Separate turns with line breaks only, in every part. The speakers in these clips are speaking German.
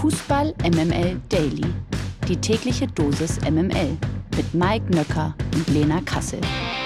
Fußball MML Daily. Die tägliche Dosis MML mit Mike Nöcker und Lena Kassel.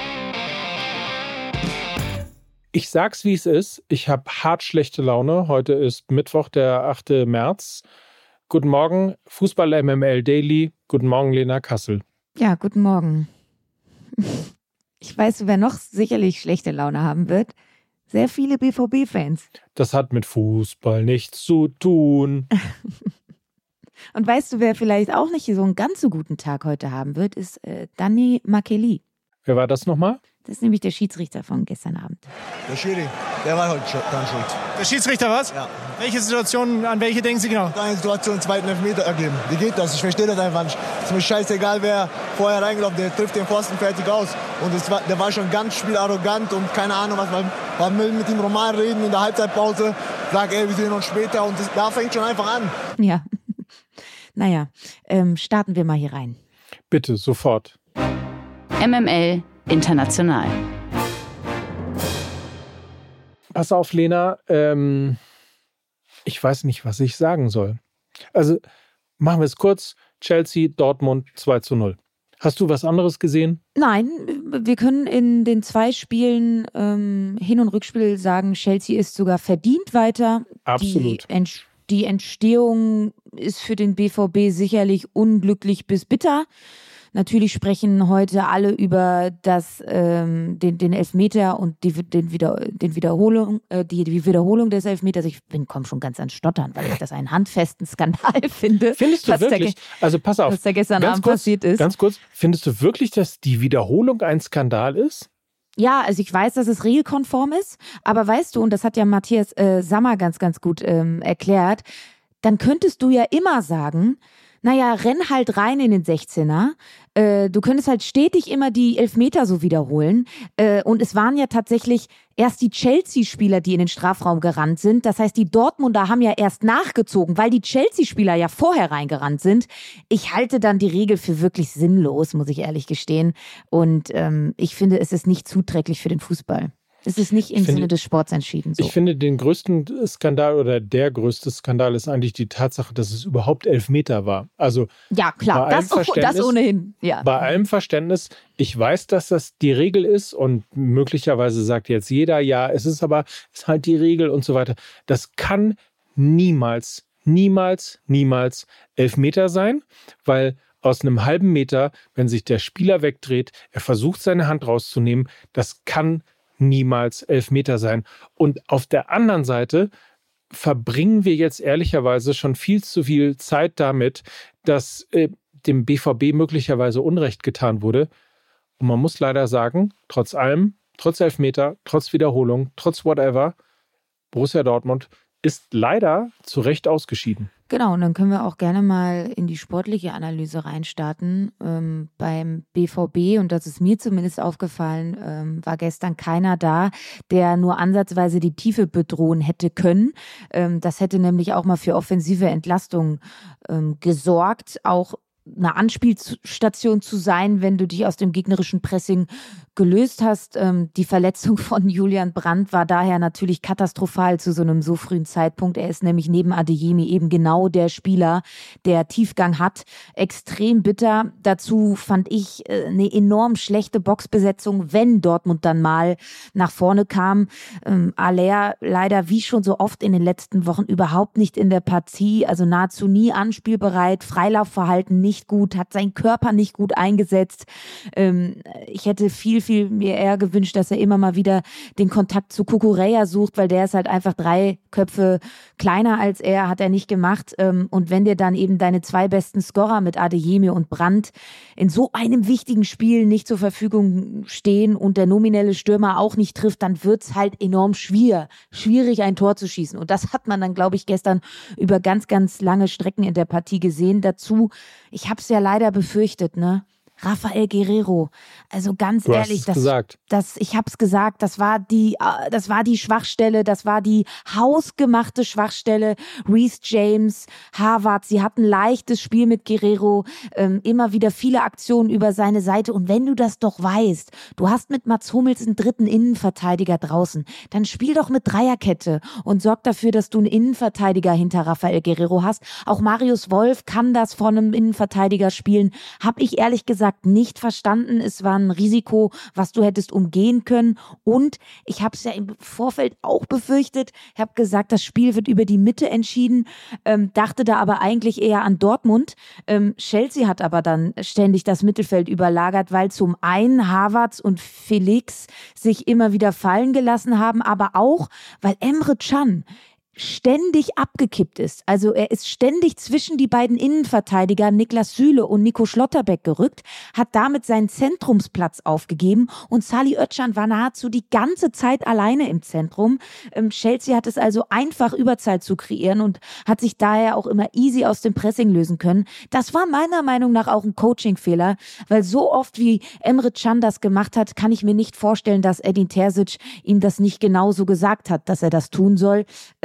Ich sag's, wie es ist. Ich habe hart schlechte Laune. Heute ist Mittwoch, der 8. März. Guten Morgen, Fußball MML Daily. Guten Morgen, Lena Kassel.
Ja, guten Morgen. Ich weiß, wer noch sicherlich schlechte Laune haben wird. Sehr viele BVB-Fans.
Das hat mit Fußball nichts zu tun.
Und weißt du, wer vielleicht auch nicht so einen ganz so guten Tag heute haben wird, ist Danny Makeli.
Wer war das nochmal?
Das ist nämlich der Schiedsrichter von gestern Abend.
Der Schiri, der war heute dran schuld.
Der Schiedsrichter was?
Ja.
Welche Situation, an welche denken Sie genau?
Eine Situation, zweiten Elfmeter ergeben. Wie geht das? Ich verstehe das einfach nicht. Es ist mir scheißegal, wer vorher reingelaufen, der trifft den Pfosten fertig aus. Und der war schon ganz spielarrogant und keine Ahnung, was man will mit ihm Roman reden in der Halbzeitpause. Sag, wir sehen uns später und da fängt schon einfach an.
Ja, naja, starten wir mal hier rein.
Bitte, sofort.
MML International.
Pass auf, Lena, ich weiß nicht, was ich sagen soll. Also, machen wir es kurz. Chelsea, Dortmund 2:0. Hast du was anderes gesehen?
Nein, wir können in den 2 Spielen Hin- und Rückspiel sagen, Chelsea ist sogar verdient weiter.
Absolut.
Die Entstehung ist für den BVB sicherlich unglücklich bis bitter. Natürlich sprechen heute alle über den Elfmeter und die Wiederholung des Elfmeters. Ich komme schon ganz ans Stottern, weil ich das einen handfesten Skandal finde.
Findest du wirklich? Also pass auf.
Was da gestern Abend passiert ist.
Ganz kurz, findest du wirklich, dass die Wiederholung ein Skandal ist?
Ja, also ich weiß, dass es regelkonform ist, aber weißt du, und das hat ja Matthias Sammer ganz, ganz gut erklärt, dann könntest du ja immer sagen, naja, renn halt rein in den 16er. Du könntest halt stetig immer die Elfmeter so wiederholen. Und es waren ja tatsächlich erst die Chelsea-Spieler, die in den Strafraum gerannt sind. Das heißt, die Dortmunder haben ja erst nachgezogen, weil die Chelsea-Spieler ja vorher reingerannt sind. Ich halte dann die Regel für wirklich sinnlos, muss ich ehrlich gestehen. Und ich finde, es ist nicht zuträglich für den Fußball. Es ist nicht im Sinne des Sports entschieden. So.
Ich finde, den größten Skandal oder der größte Skandal ist eigentlich die Tatsache, dass es überhaupt Elfmeter war. Also
ja, klar, das ohnehin. Ja.
Bei allem Verständnis, ich weiß, dass das die Regel ist und möglicherweise sagt jetzt jeder, ja, es ist halt die Regel und so weiter. Das kann niemals Elfmeter sein, weil aus einem halben Meter, wenn sich der Spieler wegdreht, er versucht seine Hand rauszunehmen, das kann niemals Elfmeter sein. Und auf der anderen Seite verbringen wir jetzt ehrlicherweise schon viel zu viel Zeit damit, dass dem BVB möglicherweise Unrecht getan wurde. Und man muss leider sagen, trotz allem, trotz Elfmeter, trotz Wiederholung, trotz whatever, Borussia Dortmund ist leider zu Recht ausgeschieden.
Genau, und dann können wir auch gerne mal in die sportliche Analyse reinstarten. Beim BVB, und das ist mir zumindest aufgefallen, war gestern keiner da, der nur ansatzweise die Tiefe bedrohen hätte können. Das hätte nämlich auch mal für offensive Entlastung gesorgt, auch eine Anspielstation zu sein, wenn du dich aus dem gegnerischen Pressing gelöst hast. Die Verletzung von Julian Brandt war daher natürlich katastrophal zu so einem so frühen Zeitpunkt. Er ist nämlich neben Adeyemi eben genau der Spieler, der Tiefgang hat. Extrem bitter. Dazu fand ich eine enorm schlechte Boxbesetzung, wenn Dortmund dann mal nach vorne kam. Aller leider wie schon so oft in den letzten Wochen überhaupt nicht in der Partie, also nahezu nie anspielbereit, Freilaufverhalten nicht gut, hat seinen Körper nicht gut eingesetzt. Ich hätte viel mir eher gewünscht, dass er immer mal wieder den Kontakt zu Cucurella sucht, weil der ist halt einfach 3 Köpfe kleiner als er, hat er nicht gemacht. Und wenn dir dann eben deine 2 besten Scorer mit Adeyemi und Brandt in so einem wichtigen Spiel nicht zur Verfügung stehen und der nominelle Stürmer auch nicht trifft, dann wird's halt enorm schwierig, ein Tor zu schießen. Und das hat man dann, glaube ich, gestern über ganz, ganz lange Strecken in der Partie gesehen. Dazu, ich habe es ja leider befürchtet, ne? Rafael Guerreiro, also ganz
du
ehrlich, ich habe es gesagt, das war die Schwachstelle, das war die hausgemachte Schwachstelle. Reece James, Harvard, sie hatten leichtes Spiel mit Guerreiro, immer wieder viele Aktionen über seine Seite. Und wenn du das doch weißt, du hast mit Mats Hummels einen dritten Innenverteidiger draußen, dann spiel doch mit Dreierkette und sorg dafür, dass du einen Innenverteidiger hinter Rafael Guerreiro hast. Auch Marius Wolf kann das von einem Innenverteidiger spielen. Habe ich ehrlich gesagt nicht verstanden. Es war ein Risiko, was du hättest umgehen können. Und ich habe es ja im Vorfeld auch befürchtet. Ich habe gesagt, das Spiel wird über die Mitte entschieden. Dachte da aber eigentlich eher an Dortmund. Chelsea hat aber dann ständig das Mittelfeld überlagert, weil zum einen Havertz und Felix sich immer wieder fallen gelassen haben, aber auch, weil Emre Can ständig abgekippt ist. Also er ist ständig zwischen die beiden Innenverteidiger Niklas Süle und Nico Schlotterbeck gerückt, hat damit seinen Zentrumsplatz aufgegeben und Salih Özcan war nahezu die ganze Zeit alleine im Zentrum. Chelsea hat es also einfach, Überzahl zu kreieren und hat sich daher auch immer easy aus dem Pressing lösen können. Das war meiner Meinung nach auch ein Coaching-Fehler, weil so oft wie Emre Can das gemacht hat, kann ich mir nicht vorstellen, dass Edin Terzic ihm das nicht genauso gesagt hat, dass er das tun soll.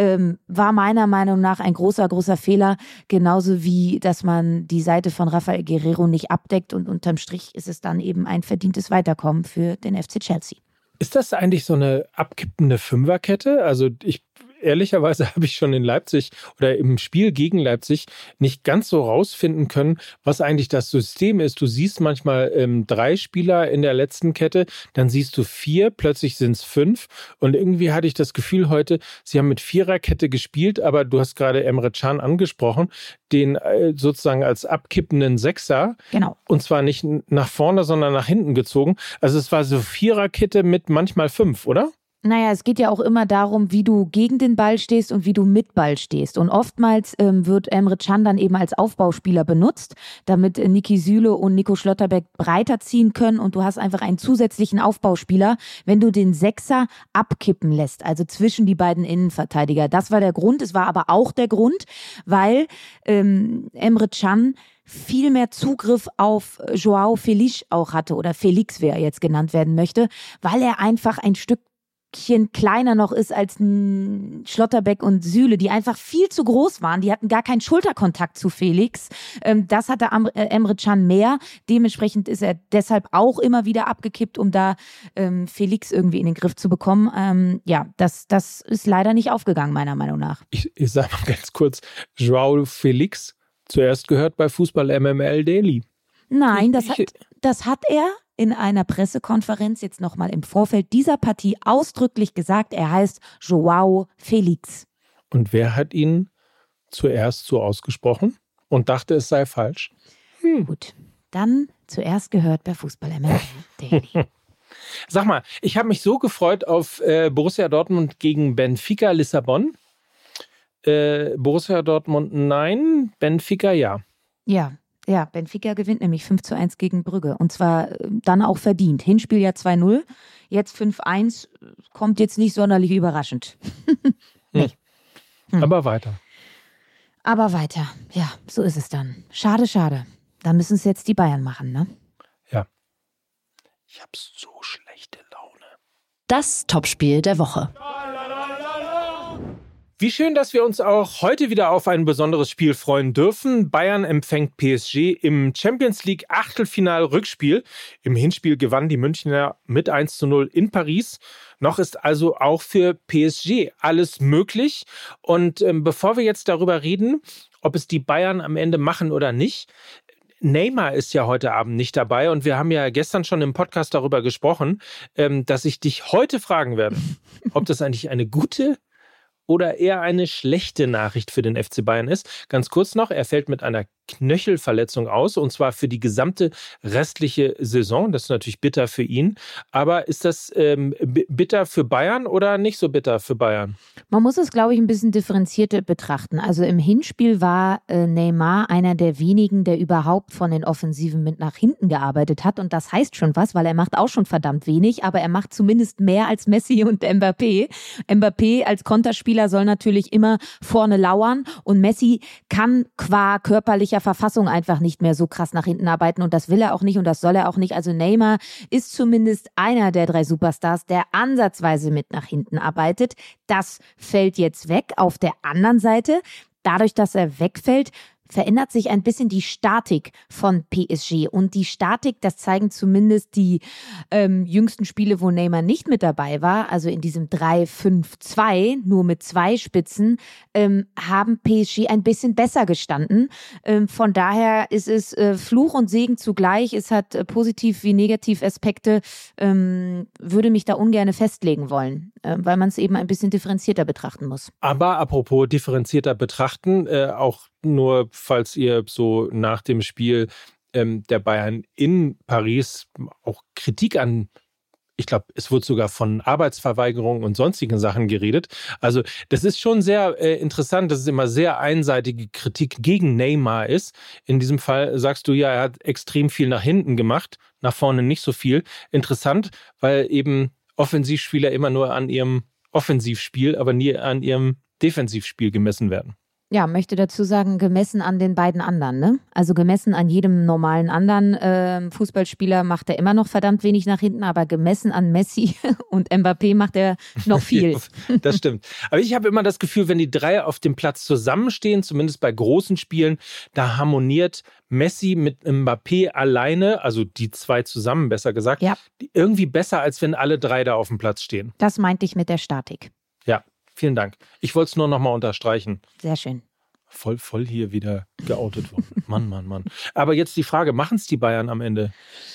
War meiner Meinung nach ein großer Fehler, genauso wie, dass man die Seite von Rafael Guerreiro nicht abdeckt und unterm Strich ist es dann eben ein verdientes Weiterkommen für den FC Chelsea.
Ist das eigentlich so eine abkippende Fünferkette? Also ehrlicherweise habe ich schon in Leipzig oder im Spiel gegen Leipzig nicht ganz so rausfinden können, was eigentlich das System ist. Du siehst manchmal 3 Spieler in der letzten Kette, dann siehst du 4, plötzlich sind es 5 und irgendwie hatte ich das Gefühl heute, sie haben mit Viererkette gespielt, aber du hast gerade Emre Can angesprochen, den sozusagen als abkippenden Sechser.
Genau.
Und zwar nicht nach vorne, sondern nach hinten gezogen. Also es war so Viererkette mit manchmal 5, oder?
Naja, es geht ja auch immer darum, wie du gegen den Ball stehst und wie du mit Ball stehst. Und oftmals wird Emre Can dann eben als Aufbauspieler benutzt, damit Niki Süle und Nico Schlotterbeck breiter ziehen können und du hast einfach einen zusätzlichen Aufbauspieler, wenn du den Sechser abkippen lässt, also zwischen die beiden Innenverteidiger. Das war der Grund. Es war aber auch der Grund, weil Emre Can viel mehr Zugriff auf Joao Felix auch hatte oder Felix, wie er jetzt genannt werden möchte, weil er einfach ein Stück kleiner noch ist als ein Schlotterbeck und Süle, die einfach viel zu groß waren. Die hatten gar keinen Schulterkontakt zu Felix. Das hatte Emre Can mehr. Dementsprechend ist er deshalb auch immer wieder abgekippt, um da Felix irgendwie in den Griff zu bekommen. Das ist leider nicht aufgegangen, meiner Meinung nach.
Ich sage mal ganz kurz, Joao Felix, zuerst gehört bei Fußball MML Daily.
Nein, das hat er in einer Pressekonferenz jetzt nochmal im Vorfeld dieser Partie ausdrücklich gesagt, er heißt Joao Felix.
Und wer hat ihn zuerst so ausgesprochen und dachte, es sei falsch?
Gut, dann zuerst gehört bei Fußball MML Daily.
Sag mal, ich habe mich so gefreut auf Borussia Dortmund gegen Benfica Lissabon. Borussia Dortmund nein, Benfica ja.
Ja, Benfica gewinnt nämlich 5:1 gegen Brügge. Und zwar dann auch verdient. Hinspiel ja 2:0, jetzt 5:1, kommt jetzt nicht sonderlich überraschend. Nee.
Aber weiter.
Ja, so ist es dann. Schade. Da müssen es jetzt die Bayern machen, ne?
Ja. Ich habe so schlechte Laune.
Das Topspiel der Woche.
Wie schön, dass wir uns auch heute wieder auf ein besonderes Spiel freuen dürfen. Bayern empfängt PSG im Champions League Achtelfinal-Rückspiel. Im Hinspiel gewannen die Münchner mit 1:0 in Paris. Noch ist also auch für PSG alles möglich. Und bevor wir jetzt darüber reden, ob es die Bayern am Ende machen oder nicht, Neymar ist ja heute Abend nicht dabei und wir haben ja gestern schon im Podcast darüber gesprochen, dass ich dich heute fragen werde, ob das eigentlich eine gute oder eher eine schlechte Nachricht für den FC Bayern ist. Ganz kurz noch, er fällt mit einer Knöchelverletzung aus und zwar für die gesamte restliche Saison. Das ist natürlich bitter für ihn. Aber ist das bitter für Bayern oder nicht so bitter für Bayern?
Man muss es, glaube ich, ein bisschen differenzierter betrachten. Also im Hinspiel war Neymar einer der wenigen, der überhaupt von den Offensiven mit nach hinten gearbeitet hat. Und das heißt schon was, weil er macht auch schon verdammt wenig, aber er macht zumindest mehr als Messi und Mbappé. Mbappé als Konterspieler soll natürlich immer vorne lauern und Messi kann qua körperlicher körperlicher Verfassung einfach nicht mehr so krass nach hinten arbeiten und das will er auch nicht und das soll er auch nicht. Also Neymar ist zumindest einer der 3 Superstars, der ansatzweise mit nach hinten arbeitet. Das fällt jetzt weg. Auf der anderen Seite, dadurch, dass er wegfällt, verändert sich ein bisschen die Statik von PSG. Und die Statik, das zeigen zumindest die jüngsten Spiele, wo Neymar nicht mit dabei war, also in diesem 3-5-2, nur mit 2 Spitzen, haben PSG ein bisschen besser gestanden. Von daher ist es Fluch und Segen zugleich. Es hat positiv wie negativ Aspekte. Würde mich da ungern festlegen wollen, weil man es eben ein bisschen differenzierter betrachten muss.
Aber apropos differenzierter betrachten, auch nur falls ihr so nach dem Spiel der Bayern in Paris auch Kritik an, ich glaube, es wurde sogar von Arbeitsverweigerung und sonstigen Sachen geredet. Also das ist schon sehr interessant, dass es immer sehr einseitige Kritik gegen Neymar ist. In diesem Fall sagst du ja, er hat extrem viel nach hinten gemacht, nach vorne nicht so viel. Interessant, weil eben Offensivspieler immer nur an ihrem Offensivspiel, aber nie an ihrem Defensivspiel gemessen werden.
Ja, möchte dazu sagen, gemessen an den beiden anderen, ne? Also gemessen an jedem normalen anderen Fußballspieler macht er immer noch verdammt wenig nach hinten, aber gemessen an Messi und Mbappé macht er noch viel.
Das stimmt. Aber ich habe immer das Gefühl, wenn die 3 auf dem Platz zusammenstehen, zumindest bei großen Spielen, da harmoniert Messi mit Mbappé alleine, also die 2 zusammen, besser gesagt, ja, irgendwie besser, als wenn alle 3 da auf dem Platz stehen.
Das meinte ich mit der Statik.
Ja. Vielen Dank. Ich wollte es nur nochmal unterstreichen.
Sehr schön.
Voll hier wieder geoutet worden. Mann. Aber jetzt die Frage, machen es die Bayern am Ende?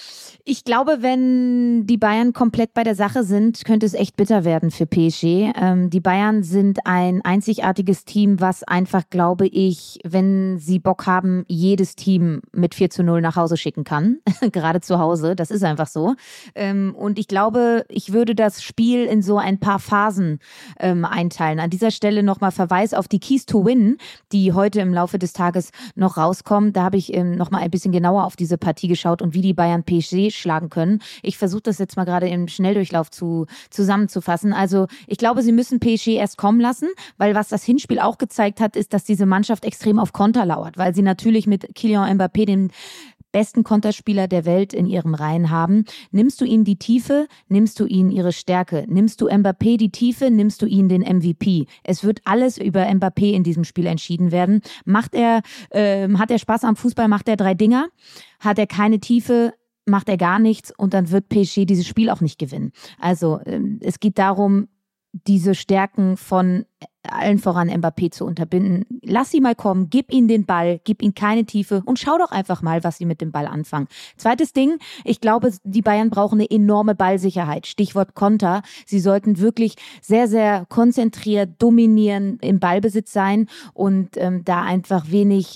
Ich glaube, wenn die Bayern komplett bei der Sache sind, könnte es echt bitter werden für PSG. Die Bayern sind ein einzigartiges Team, was einfach, glaube ich, wenn sie Bock haben, jedes Team mit 4-0 nach Hause schicken kann. Gerade zu Hause, das ist einfach so. Und ich glaube, ich würde das Spiel in so ein paar Phasen einteilen. An dieser Stelle nochmal Verweis auf die Keys to Win, die heute im Laufe des Tages noch rauskommen. Da habe ich nochmal ein bisschen genauer auf diese Partie geschaut und wie die Bayern PSG schlagen können. Ich versuche das jetzt mal gerade im Schnelldurchlauf zusammenzufassen. Also ich glaube, sie müssen PSG erst kommen lassen, weil was das Hinspiel auch gezeigt hat, ist, dass diese Mannschaft extrem auf Konter lauert, weil sie natürlich mit Kylian Mbappé den besten Konterspieler der Welt in ihrem Reihen haben. Nimmst du ihnen die Tiefe, nimmst du ihnen ihre Stärke. Nimmst du Mbappé die Tiefe, nimmst du ihnen den MVP. Es wird alles über Mbappé in diesem Spiel entschieden werden. Hat er Spaß am Fußball, macht er 3 Dinger. Hat er keine Tiefe, macht er gar nichts und dann wird PSG dieses Spiel auch nicht gewinnen. Also es geht darum, diese Stärken von allen voran Mbappé zu unterbinden. Lass sie mal kommen, gib ihnen den Ball, gib ihnen keine Tiefe und schau doch einfach mal, was sie mit dem Ball anfangen. Zweites Ding, ich glaube, die Bayern brauchen eine enorme Ballsicherheit. Stichwort Konter. Sie sollten wirklich sehr, sehr konzentriert, dominieren, im Ballbesitz sein und da einfach wenig,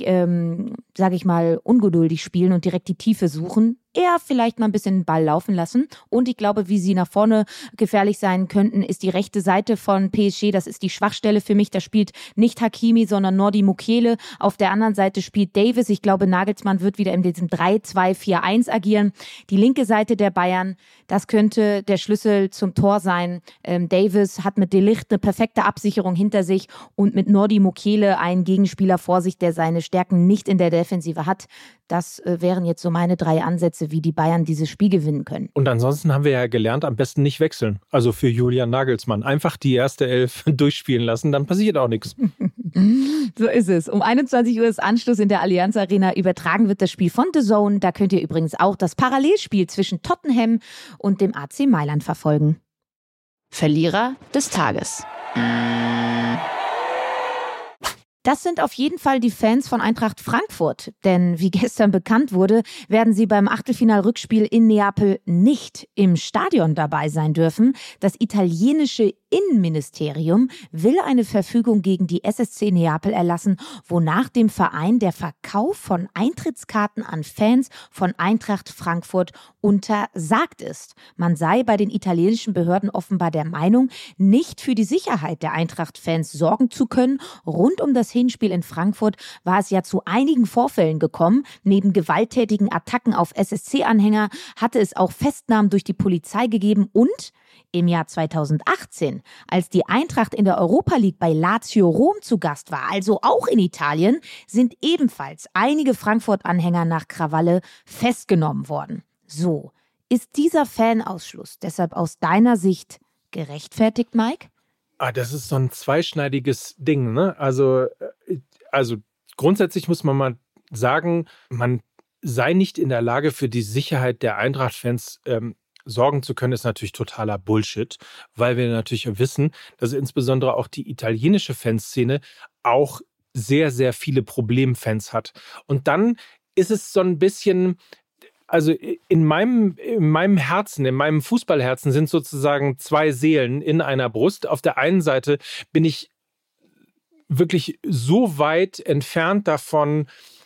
sage ich mal, ungeduldig spielen und direkt die Tiefe suchen. Eher vielleicht mal ein bisschen den Ball laufen lassen. Und ich glaube, wie sie nach vorne gefährlich sein könnten, ist die rechte Seite von PSG. Das ist die Schwachstelle für mich. Da spielt nicht Hakimi, sondern Nordi Mukiele. Auf der anderen Seite spielt Davis. Ich glaube, Nagelsmann wird wieder in diesem 3-2-4-1 agieren. Die linke Seite der Bayern, das könnte der Schlüssel zum Tor sein. Davis hat mit De Ligt eine perfekte Absicherung hinter sich und mit Nordi Mukiele einen Gegenspieler vor sich, der seine Stärken nicht in der Defensive hat. Das wären jetzt so meine 3 Ansätze, wie die Bayern dieses Spiel gewinnen können.
Und ansonsten haben wir ja gelernt, am besten nicht wechseln. Also für Julian Nagelsmann. Einfach die erste 11 durchspielen lassen, dann passiert auch nichts.
So ist es. Um 21 Uhr ist Anschluss in der Allianz Arena. Übertragen wird das Spiel von The Zone. Da könnt ihr übrigens auch das Parallelspiel zwischen Tottenham und dem AC Mailand verfolgen.
Verlierer des Tages.
Das sind auf jeden Fall die Fans von Eintracht Frankfurt. Denn wie gestern bekannt wurde, werden sie beim Achtelfinal-Rückspiel in Neapel nicht im Stadion dabei sein dürfen. Das italienische Innenministerium will eine Verfügung gegen die SSC Neapel erlassen, wonach dem Verein der Verkauf von Eintrittskarten an Fans von Eintracht Frankfurt untersagt ist. Man sei bei den italienischen Behörden offenbar der Meinung, nicht für die Sicherheit der Eintracht-Fans sorgen zu können. Rund um das Hinspiel in Frankfurt war es ja zu einigen Vorfällen gekommen. Neben gewalttätigen Attacken auf SSC-Anhänger hatte es auch Festnahmen durch die Polizei gegeben und im Jahr 2018 Dann, als die Eintracht in der Europa League bei Lazio Rom zu Gast war, also auch in Italien, sind ebenfalls einige Frankfurt-Anhänger nach Krawalle festgenommen worden. So, ist dieser Fanausschluss deshalb aus deiner Sicht gerechtfertigt, Mike?
Das ist so ein zweischneidiges Ding, ne? Also grundsätzlich muss man mal sagen, man sei nicht in der Lage, für die Sicherheit der Eintracht-Fans sorgen zu können, ist natürlich totaler Bullshit, weil wir natürlich wissen, dass insbesondere auch die italienische Fanszene auch sehr, sehr viele Problemfans hat. Und dann ist es so ein bisschen, also in meinem Herzen, in meinem Fußballherzen sind sozusagen zwei Seelen in einer Brust. Auf der einen Seite bin ich wirklich so weit entfernt davon,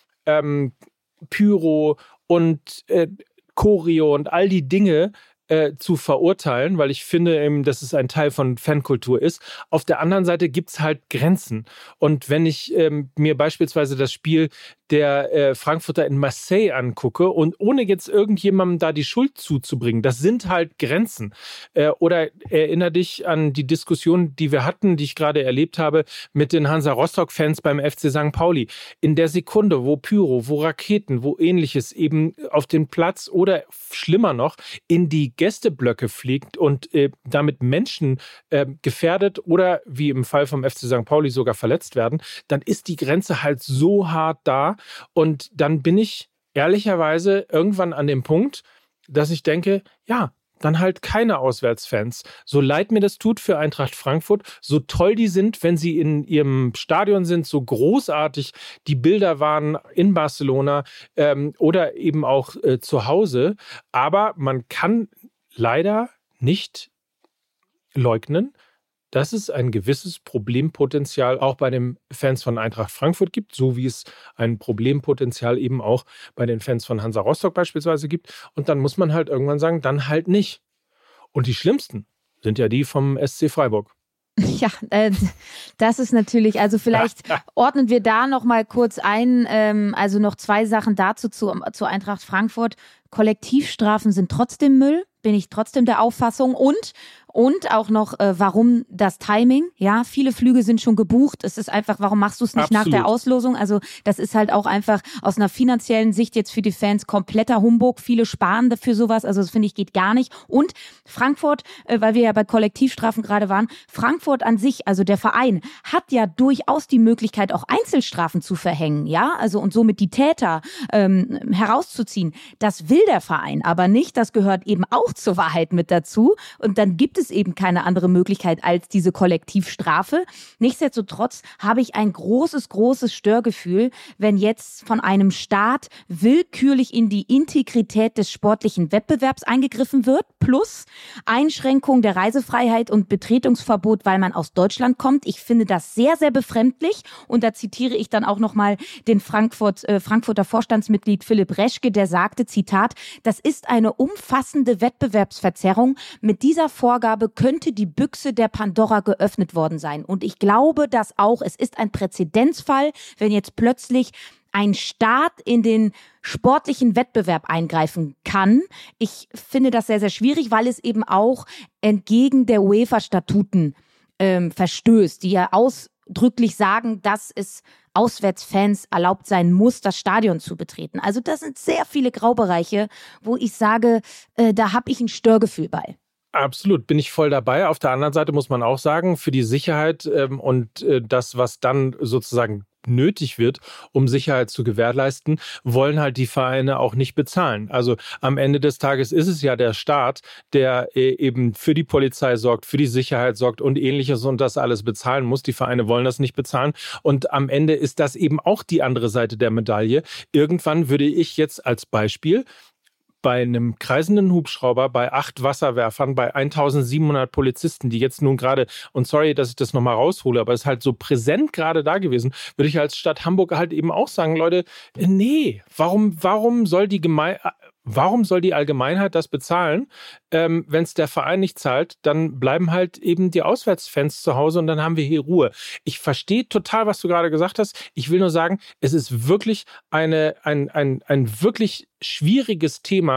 Pyro und Choreo und all die Dinge zu verurteilen, weil ich finde eben, dass es ein Teil von Fankultur ist. Auf der anderen Seite gibt es halt Grenzen. Und wenn ich mir beispielsweise das Spiel der Frankfurter in Marseille angucke und ohne jetzt irgendjemandem da die Schuld zuzubringen, das sind halt Grenzen. Oder erinnere dich an die Diskussion, die wir hatten, die ich gerade erlebt habe mit den Hansa-Rostock-Fans beim FC St. Pauli. In der Sekunde, wo Pyro, wo Raketen, wo Ähnliches eben auf den Platz oder schlimmer noch in die Gästeblöcke fliegt und damit Menschen gefährdet oder wie im Fall vom FC St. Pauli sogar verletzt werden, dann ist die Grenze halt so hart da. Und dann bin ich ehrlicherweise irgendwann an dem Punkt, dass ich denke, ja, dann halt keine Auswärtsfans. So leid mir das tut für Eintracht Frankfurt, so toll die sind, wenn sie in ihrem Stadion sind, so großartig die Bilder waren in Barcelona oder eben auch zu Hause. Aber man kann leider nicht leugnen, dass es ein gewisses Problempotenzial auch bei den Fans von Eintracht Frankfurt gibt, so wie es ein Problempotenzial eben auch bei den Fans von Hansa Rostock beispielsweise gibt. Und dann muss man halt irgendwann sagen, dann halt nicht. Und die schlimmsten sind ja die vom SC Freiburg.
Ja, das ist natürlich, also vielleicht ordnen wir da noch mal kurz ein, also noch zwei Sachen dazu zu Eintracht Frankfurt. Kollektivstrafen sind trotzdem Müll, bin ich trotzdem der Auffassung und auch noch, warum das Timing, ja, viele Flüge sind schon gebucht, es ist einfach, warum machst du es nicht nach der Auslosung, also das ist halt auch einfach aus einer finanziellen Sicht jetzt für die Fans kompletter Humbug, viele sparen dafür sowas, also das finde ich geht gar nicht und Frankfurt, weil wir ja bei Kollektivstrafen gerade waren, Frankfurt an sich, also der Verein, hat ja durchaus die Möglichkeit auch Einzelstrafen zu verhängen, ja, also und somit die Täter herauszuziehen, das will der Verein aber nicht, das gehört eben auch zur Wahrheit mit dazu und dann gibt es eben keine andere Möglichkeit als diese Kollektivstrafe. Nichtsdestotrotz habe ich ein großes Störgefühl, wenn jetzt von einem Staat willkürlich in die Integrität des sportlichen Wettbewerbs eingegriffen wird, plus Einschränkung der Reisefreiheit und Betretungsverbot, weil man aus Deutschland kommt. Ich finde das sehr, sehr befremdlich und da zitiere ich dann auch nochmal den Frankfurter Vorstandsmitglied Philipp Reschke, der sagte, Zitat, das ist eine umfassende Wettbewerbsverzerrung. Mit dieser Vorgabe könnte die Büchse der Pandora geöffnet worden sein. Und ich glaube, dass auch, es ist ein Präzedenzfall, wenn jetzt plötzlich ein Staat in den sportlichen Wettbewerb eingreifen kann. Ich finde das sehr, sehr schwierig, weil es eben auch entgegen der UEFA-Statuten verstößt, die ja ausdrücklich sagen, dass es Auswärtsfans erlaubt sein muss, das Stadion zu betreten. Also das sind sehr viele Graubereiche, wo ich sage, da habe ich ein Störgefühl bei.
Absolut, bin ich voll dabei. Auf der anderen Seite muss man auch sagen, für die Sicherheit und das, was dann sozusagen nötig wird, um Sicherheit zu gewährleisten, wollen halt die Vereine auch nicht bezahlen. Also am Ende des Tages ist es ja der Staat, der eben für die Polizei sorgt, für die Sicherheit sorgt und Ähnliches und das alles bezahlen muss. Die Vereine wollen das nicht bezahlen und am Ende ist das eben auch die andere Seite der Medaille. Irgendwann würde ich jetzt als Beispiel bei einem kreisenden Hubschrauber, bei 8 Wasserwerfern, bei 1700 Polizisten, die jetzt nun gerade, und sorry, dass ich das nochmal raushole, aber es ist halt so präsent gerade da gewesen, würde ich als Stadt Hamburg halt eben auch sagen, Leute, nee, warum soll die Allgemeinheit das bezahlen? Wenn es der Verein nicht zahlt, dann bleiben halt eben die Auswärtsfans zu Hause und dann haben wir hier Ruhe. Ich verstehe total, was du gerade gesagt hast. Ich will nur sagen, es ist wirklich ein wirklich schwieriges Thema,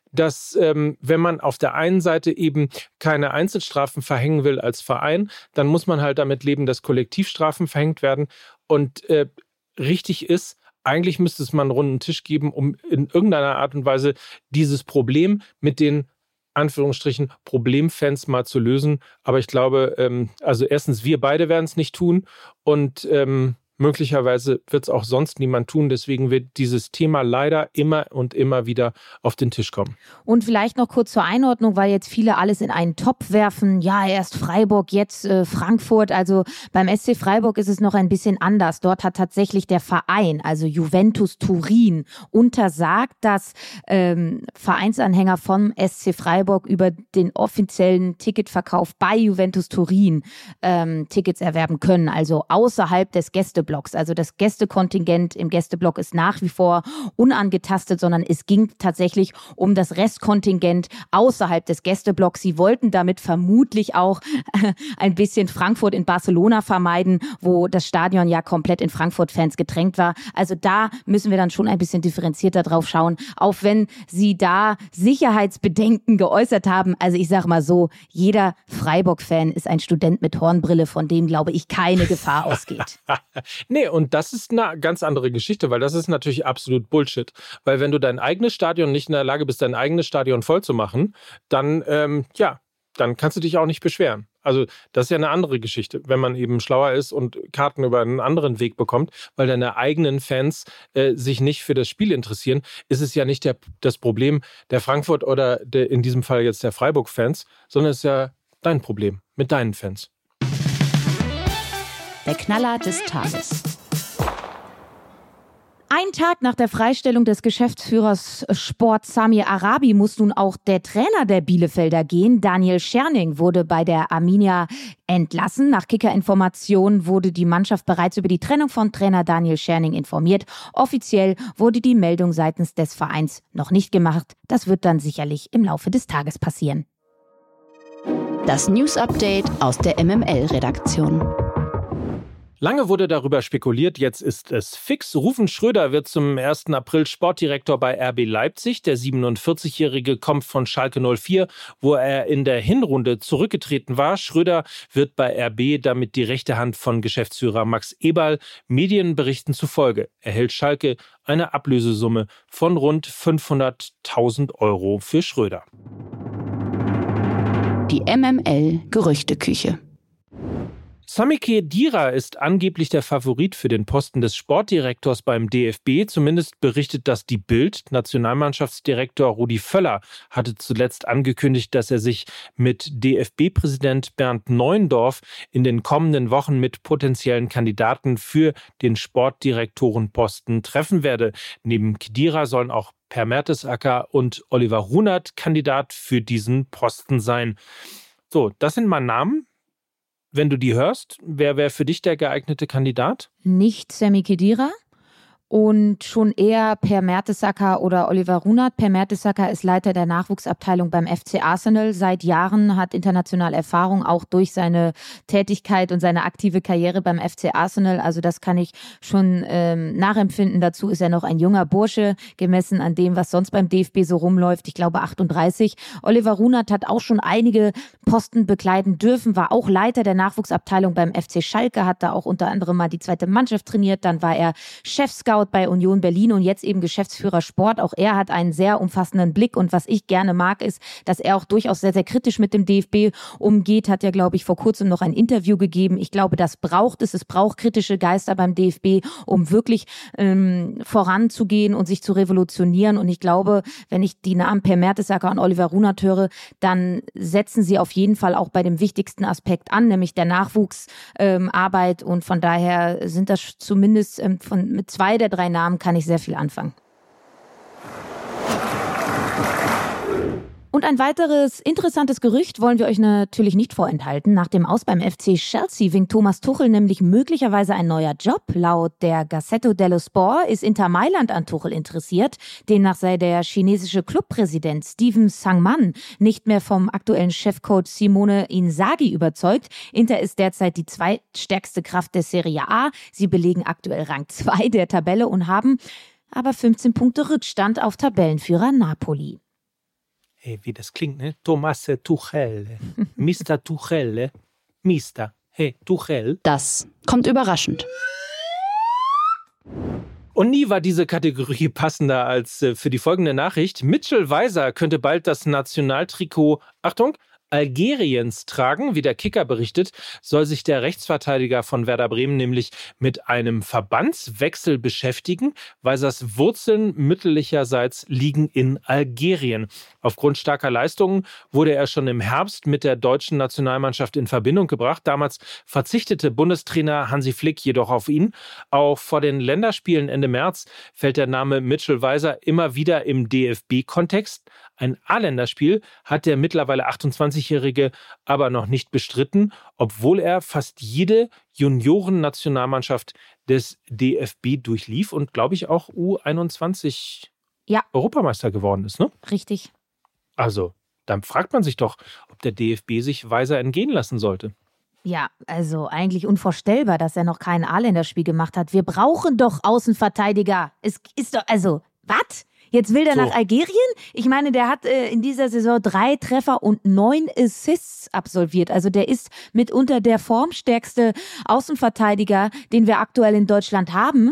dass wenn man auf der einen Seite eben keine Einzelstrafen verhängen will als Verein, dann muss man halt damit leben, dass Kollektivstrafen verhängt werden. Und richtig ist, eigentlich müsste es mal einen runden Tisch geben, um in irgendeiner Art und Weise dieses Problem mit den Anführungsstrichen Problemfans mal zu lösen. Aber ich glaube, also erstens, wir beide werden es nicht tun und möglicherweise wird es auch sonst niemand tun. Deswegen wird dieses Thema leider immer und immer wieder auf den Tisch kommen.
Und vielleicht noch kurz zur Einordnung, weil jetzt viele alles in einen Topf werfen. Ja, erst Freiburg, jetzt Frankfurt. Also beim SC Freiburg ist es noch ein bisschen anders. Dort hat tatsächlich der Verein, also Juventus Turin, untersagt, dass Vereinsanhänger vom SC Freiburg über den offiziellen Ticketverkauf bei Juventus Turin Tickets erwerben können. Also außerhalb des Gästeblocks. Also das Gästekontingent im Gästeblock ist nach wie vor unangetastet, sondern es ging tatsächlich um das Restkontingent außerhalb des Gästeblocks. Sie wollten damit vermutlich auch ein bisschen Frankfurt in Barcelona vermeiden, wo das Stadion ja komplett in Frankfurt-Fans getränkt war. Also da müssen wir dann schon ein bisschen differenzierter drauf schauen, auch wenn sie da Sicherheitsbedenken geäußert haben. Also ich sage mal so, jeder Freiburg-Fan ist ein Student mit Hornbrille, von dem, glaube ich, keine Gefahr ausgeht.
Nee, und das ist eine ganz andere Geschichte, weil das ist natürlich absolut Bullshit. Weil wenn du dein eigenes Stadion nicht in der Lage bist, dein eigenes Stadion voll zu machen, dann, dann kannst du dich auch nicht beschweren. Also das ist ja eine andere Geschichte, wenn man eben schlauer ist und Karten über einen anderen Weg bekommt, weil deine eigenen Fans sich nicht für das Spiel interessieren, ist es ja nicht das Problem der Frankfurt oder in diesem Fall jetzt der Freiburg-Fans, sondern es ist ja dein Problem mit deinen Fans.
Der Knaller des Tages.
Ein Tag nach der Freistellung des Geschäftsführers Sport Samir Arabi muss nun auch der Trainer der Bielefelder gehen. Daniel Scherning wurde bei der Arminia entlassen. Nach Kicker-Informationen wurde die Mannschaft bereits über die Trennung von Trainer Daniel Scherning informiert. Offiziell wurde die Meldung seitens des Vereins noch nicht gemacht. Das wird dann sicherlich im Laufe des Tages passieren.
Das News-Update aus der MML-Redaktion.
Lange wurde darüber spekuliert, jetzt ist es fix. Rufen Schröder wird zum 1. April Sportdirektor bei RB Leipzig. Der 47-Jährige kommt von Schalke 04, wo er in der Hinrunde zurückgetreten war. Schröder wird bei RB damit die rechte Hand von Geschäftsführer Max Eberl. Medienberichten zufolge erhält Schalke eine Ablösesumme von rund 500.000 € für Schröder.
Die MML-Gerüchteküche.
Sami Khedira ist angeblich der Favorit für den Posten des Sportdirektors beim DFB. Zumindest berichtet das die Bild. Nationalmannschaftsdirektor Rudi Völler hatte zuletzt angekündigt, dass er sich mit DFB-Präsident Bernd Neuendorf in den kommenden Wochen mit potenziellen Kandidaten für den Sportdirektorenposten treffen werde. Neben Khedira sollen auch Per Mertesacker und Oliver Runert Kandidat für diesen Posten sein. So, das sind mal Namen. Wenn du die hörst, wer wäre für dich der geeignete Kandidat?
Nicht Sami Khedira und schon eher Per Mertesacker oder Oliver Runert. Per Mertesacker ist Leiter der Nachwuchsabteilung beim FC Arsenal seit Jahren, hat international Erfahrung, auch durch seine Tätigkeit und seine aktive Karriere beim FC Arsenal. Also das kann ich schon nachempfinden. Dazu ist er noch ein junger Bursche, gemessen an dem, was sonst beim DFB so rumläuft. Ich glaube 38. Oliver Runert hat auch schon einige Posten bekleiden dürfen, war auch Leiter der Nachwuchsabteilung beim FC Schalke, hat da auch unter anderem mal die zweite Mannschaft trainiert. Dann war er Chefscout bei Union Berlin und jetzt eben Geschäftsführer Sport. Auch er hat einen sehr umfassenden Blick und was ich gerne mag, ist, dass er auch durchaus sehr, sehr kritisch mit dem DFB umgeht. Hat ja, glaube ich, vor kurzem noch ein Interview gegeben. Ich glaube, das braucht es. Es braucht kritische Geister beim DFB, um wirklich voranzugehen und sich zu revolutionieren. Und ich glaube, wenn ich die Namen Per Mertesacker und Oliver Runert höre, dann setzen sie auf jeden Fall auch bei dem wichtigsten Aspekt an, nämlich der Nachwuchsarbeit. Und von daher sind das zumindest mit 2 der 3 Namen kann ich sehr viel anfangen. Und ein weiteres interessantes Gerücht wollen wir euch natürlich nicht vorenthalten. Nach dem Aus beim FC Chelsea winkt Thomas Tuchel nämlich möglicherweise ein neuer Job. Laut der Gazzetta dello Sport ist Inter Mailand an Tuchel interessiert. Demnach sei der chinesische Clubpräsident Steven Sangman nicht mehr vom aktuellen Chefcoach Simone Inzaghi überzeugt. Inter ist derzeit die zweitstärkste Kraft der Serie A. Sie belegen aktuell Rang 2 der Tabelle und haben aber 15 Punkte Rückstand auf Tabellenführer Napoli.
Hey, wie das klingt, ne? Thomas Tuchel. Mr. Tuchel. Mister. Hey, Tuchel.
Das kommt überraschend.
Und nie war diese Kategorie passender als für die folgende Nachricht. Mitchell Weiser könnte bald das Nationaltrikot, Achtung, Algeriens tragen. Wie der Kicker berichtet, soll sich der Rechtsverteidiger von Werder Bremen nämlich mit einem Verbandswechsel beschäftigen. Weisers Wurzeln mütterlicherseits liegen in Algerien. Aufgrund starker Leistungen wurde er schon im Herbst mit der deutschen Nationalmannschaft in Verbindung gebracht. Damals verzichtete Bundestrainer Hansi Flick jedoch auf ihn. Auch vor den Länderspielen Ende März fällt der Name Mitchell Weiser immer wieder im DFB-Kontext. Ein A-Länderspiel hat der mittlerweile 28-Jährige aber noch nicht bestritten, obwohl er fast jede Junioren-Nationalmannschaft des DFB durchlief und, glaube ich, auch U21 Europameister geworden ist, ne?
Richtig.
Also, dann fragt man sich doch, ob der DFB sich Weiser entgehen lassen sollte.
Ja, also eigentlich unvorstellbar, dass er noch kein A-Länderspiel gemacht hat. Wir brauchen doch Außenverteidiger. Es ist doch, also, was? Jetzt will der nach Algerien? Ich meine, der hat in dieser Saison 3 Treffer und 9 Assists absolviert. Also der ist mitunter der formstärkste Außenverteidiger, den wir aktuell in Deutschland haben.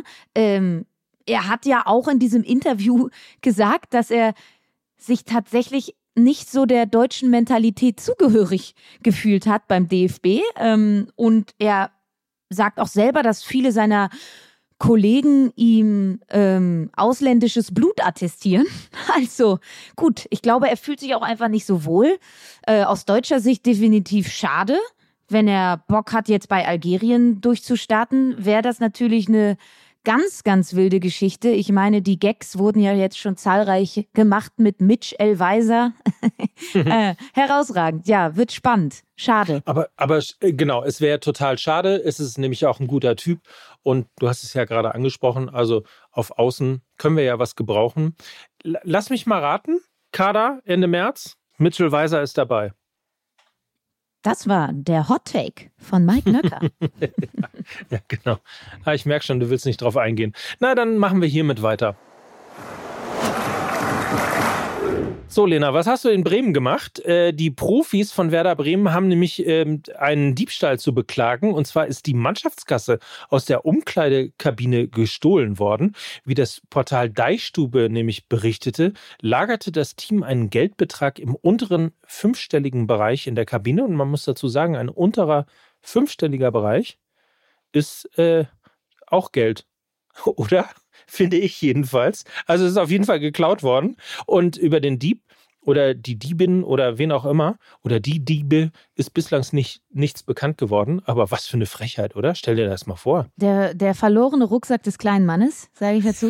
Er hat ja auch in diesem Interview gesagt, dass er sich tatsächlich nicht so der deutschen Mentalität zugehörig gefühlt hat beim DFB. Und er sagt auch selber, dass viele seiner Kollegen ihm ausländisches Blut attestieren. Also gut, ich glaube, er fühlt sich auch einfach nicht so wohl. Aus deutscher Sicht definitiv schade. Wenn er Bock hat, jetzt bei Algerien durchzustarten, wäre das natürlich eine ganz, ganz wilde Geschichte. Ich meine, die Gags wurden ja jetzt schon zahlreich gemacht mit Mitchell Weiser. Herausragend. Ja, wird spannend. Schade.
Aber genau, es wäre total schade. Es ist nämlich auch ein guter Typ. Und du hast es ja gerade angesprochen, also auf Außen können wir ja was gebrauchen. Lass mich mal raten. Kader Ende März. Mitchell Weiser ist dabei.
Das war der Hot Take von Mike Nöcker.
Ja, genau. Ich merke schon, du willst nicht drauf eingehen. Na, dann machen wir hiermit weiter. So, Lena, was hast du in Bremen gemacht? Die Profis von Werder Bremen haben nämlich einen Diebstahl zu beklagen. Und zwar ist die Mannschaftskasse aus der Umkleidekabine gestohlen worden. Wie das Portal Deichstube nämlich berichtete, lagerte das Team einen Geldbetrag im unteren fünfstelligen Bereich in der Kabine. Und man muss dazu sagen, ein unterer fünfstelliger Bereich ist auch Geld, oder? Finde ich jedenfalls. Also es ist auf jeden Fall geklaut worden. Und über den Dieb oder die Diebin oder wen auch immer oder die Diebe ist bislang nichts bekannt geworden. Aber was für eine Frechheit, oder? Stell dir das mal vor.
Der verlorene Rucksack des kleinen Mannes, sage ich dazu.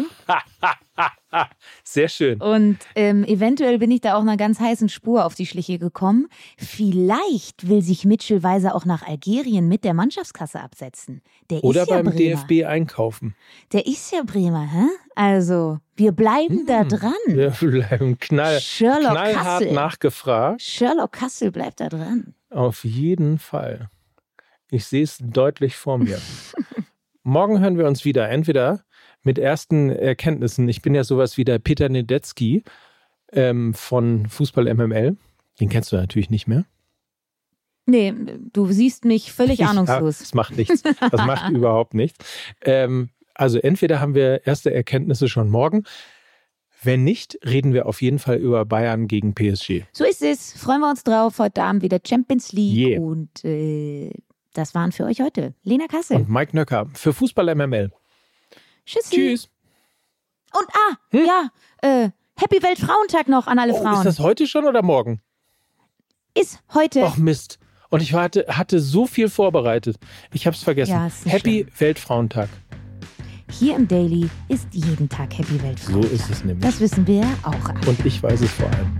Sehr schön.
Und eventuell bin ich da auch einer ganz heißen Spur auf die Schliche gekommen. Vielleicht will sich Mitchell Weiser auch nach Algerien mit der Mannschaftskasse absetzen. Der
oder
ist ja
beim
Bremer.
DFB einkaufen.
Der ist ja Bremer, hä? Also, wir bleiben da dran.
Wir bleiben knallhart
Kassel.
nachgefragt.
Sherlock Kassel bleibt da dran.
Auf jeden Fall. Ich sehe es deutlich vor mir. Morgen hören wir uns wieder. Entweder mit ersten Erkenntnissen. Ich bin ja sowas wie der Peter Nedetzky von Fußball MML. Den kennst du natürlich nicht mehr.
Nee, du siehst mich völlig ahnungslos.
Ja, das macht nichts. Das macht überhaupt nichts. Also entweder haben wir erste Erkenntnisse schon morgen. Wenn nicht, reden wir auf jeden Fall über Bayern gegen PSG.
So ist es. Freuen wir uns drauf. Heute Abend wieder Champions League.
Yeah.
Und das waren für euch heute Lena Kassel.
Und Mike Nöcker für Fußball MML.
Tschüssi.
Tschüss.
Und Happy Weltfrauentag noch an alle Frauen.
Ist das heute schon oder morgen?
Ist heute.
Ach Mist. Und ich hatte so viel vorbereitet. Ich habe es vergessen.
Ja, ist nicht
Happy
schlimm.
Weltfrauentag.
Hier im Daily ist jeden Tag Happy Weltfrauentag.
So ist es nämlich.
Das wissen wir auch alle.
Und ich weiß es vor allem.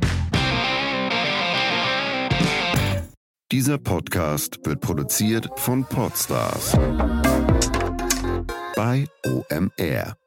Dieser Podcast wird produziert von Podstars bei OMR.